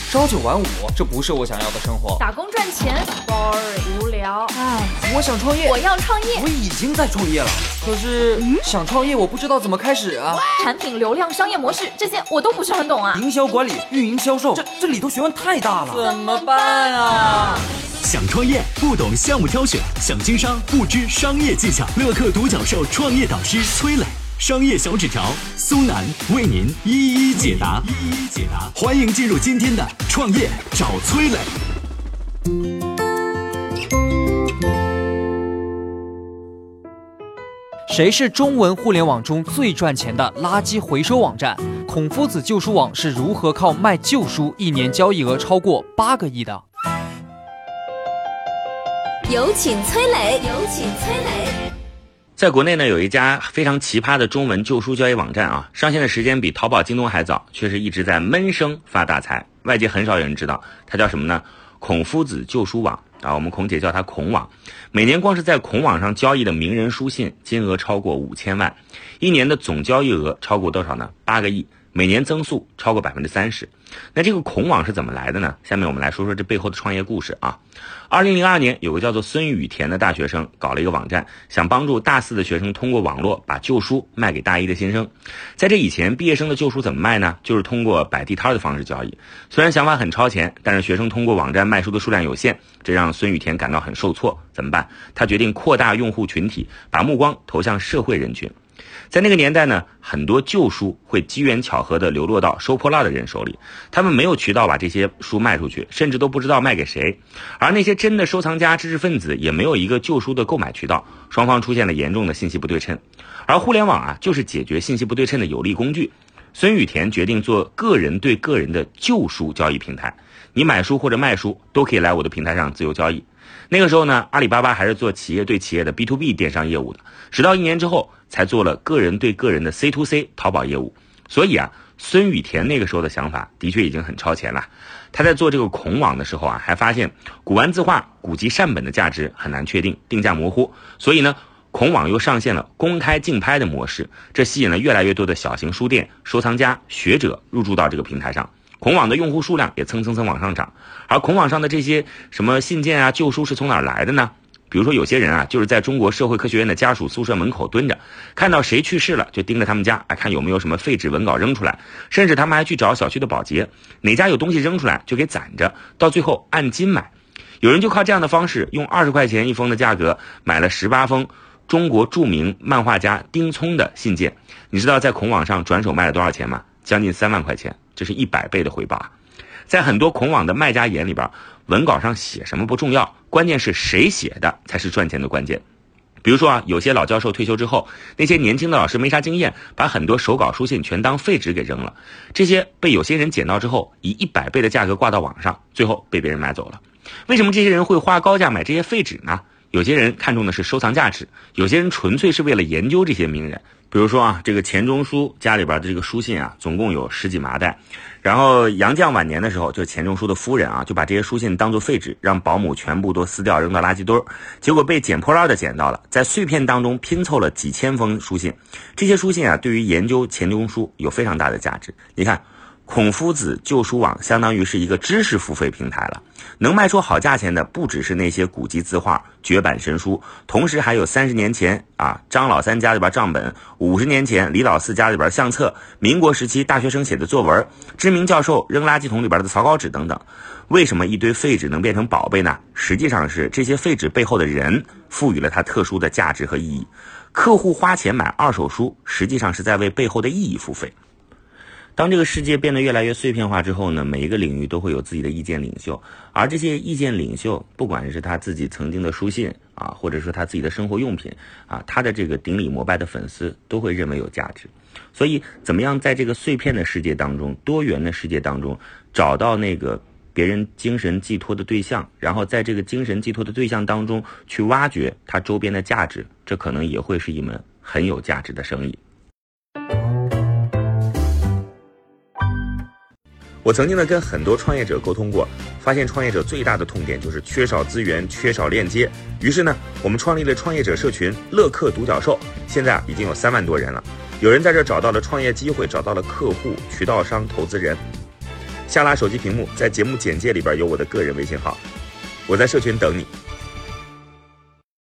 朝九晚五，这不是我想要的生活。 打工赚钱 ，boring 无聊。 我想创业， 我要创业， 我已经在创业了。可是想创业，我不知道怎么开始啊。 产品流量、商业模式这些我都不是很懂啊。 营销管理、运营、销售，这里头学问太大了，怎么办啊？ 想创业不懂项目挑选，想经商不知商业技巧。乐客独角兽创业导师崔磊，商业小纸条苏南为您一一解答。欢迎进入今天的创业找崔磊。 谁是中文互联网中最赚钱的垃圾回收网站？孔夫子旧书网是如何靠卖旧书一年交易额超过8个亿的？ 有请崔磊。 在国内呢，有一家非常奇葩的中文旧书交易网站啊，上线的时间比淘宝、京东还早，却是一直在闷声发大财。外界很少有人知道，它叫什么呢？孔夫子旧书网啊，我们孔姐叫它孔网。每年光是在孔网上交易的名人书信，金额超过5000万，一年的总交易额超过多少呢？8个亿，每年增速超过30%。那这个孔网是怎么来的呢？下面我们来说说这背后的创业故事啊。2002年，有个叫做孙雨田的大学生搞了一个网站，想帮助大4的学生通过网络把旧书卖给大1的新生。在这以前，毕业生的旧书怎么卖呢？就是通过摆地摊的方式交易。虽然想法很超前，但是学生通过网站卖书的数量有限，这让孙雨田感到很受挫。怎么办？他决定扩大用户群体，把目光投向社会人群。在那个年代呢，很多旧书会机缘巧合地流落到收破烂的人手里，他们没有渠道把这些书卖出去，甚至都不知道卖给谁。而那些真的收藏家、知识分子也没有一个旧书的购买渠道，双方出现了严重的信息不对称。而互联网啊，就是解决信息不对称的有力工具。孙雨田决定做个人对个人的旧书交易平台，你买书或者卖书都可以来我的平台上自由交易。那个时候呢，阿里巴巴还是做企业对企业的 B2B 电商业务的，直到1年之后才做了个人对个人的 C2C 淘宝业务。所以啊，孙雨田那个时候的想法的确已经很超前了。他在做这个孔网的时候啊，还发现古玩字画、古籍善本的价值很难确定，定价模糊。所以呢，孔网又上线了公开竞拍的模式，这吸引了越来越多的小型书店、收藏家、学者入驻到这个平台上。孔网的用户数量也蹭往上涨。而孔网上的这些什么信件啊、旧书是从哪儿来的呢？比如说有些人啊，就是在中国社会科学院的家属宿舍门口蹲着，看到谁去世了就盯着他们家，看有没有什么废纸文稿扔出来，甚至他们还去找小区的保洁，哪家有东西扔出来就给攒着，到最后按斤买。有人就靠这样的方式，用20块钱一封的价格买了18封中国著名漫画家丁聪的信件。你知道在孔网上转手卖了多少钱吗？将近3万块钱，这是100倍的回报啊！在很多孔网的卖家眼里边，文稿上写什么不重要，关键是谁写的才是赚钱的关键。比如说啊，有些老教授退休之后，那些年轻的老师没啥经验，把很多手稿书信全当废纸给扔了。这些被有些人捡到之后，以100倍的价格挂到网上，最后被别人买走了。为什么这些人会花高价买这些废纸呢？有些人看重的是收藏价值，有些人纯粹是为了研究这些名人。比如说啊，这个钱钟书家里边的这个书信啊，总共有10几麻袋。然后杨绛晚年的时候，就钱钟书的夫人啊，就把这些书信当作废纸，让保姆全部都撕掉扔到垃圾堆，结果被捡破烂的捡到了，在碎片当中拼凑了几千封书信。这些书信啊，对于研究钱钟书有非常大的价值。你看，孔夫子旧书网相当于是一个知识付费平台了，能卖出好价钱的不只是那些古籍字画、绝版神书，同时还有30年前啊张老三家里边账本，50年前李老四家里边相册，民国时期大学生写的作文，知名教授扔垃圾桶里边的草稿纸等等。为什么一堆废纸能变成宝贝呢？实际上是这些废纸背后的人赋予了它特殊的价值和意义。客户花钱买二手书，实际上是在为背后的意义付费。当这个世界变得越来越碎片化之后呢，每一个领域都会有自己的意见领袖，而这些意见领袖，不管是他自己曾经的书信啊，或者说他自己的生活用品啊，他的这个顶礼膜拜的粉丝都会认为有价值。所以怎么样在这个碎片的世界当中、多元的世界当中，找到那个别人精神寄托的对象，然后在这个精神寄托的对象当中去挖掘他周边的价值，这可能也会是一门很有价值的生意。我曾经呢跟很多创业者沟通过，发现创业者最大的痛点就是缺少资源、缺少链接。于是呢，我们创立了创业者社群乐客独角兽，现在已经有3万多人了。有人在这找到了创业机会，找到了客户、渠道商、投资人。 下拉手机屏幕，在节目简介里边有我的个人微信号，我在社群等你。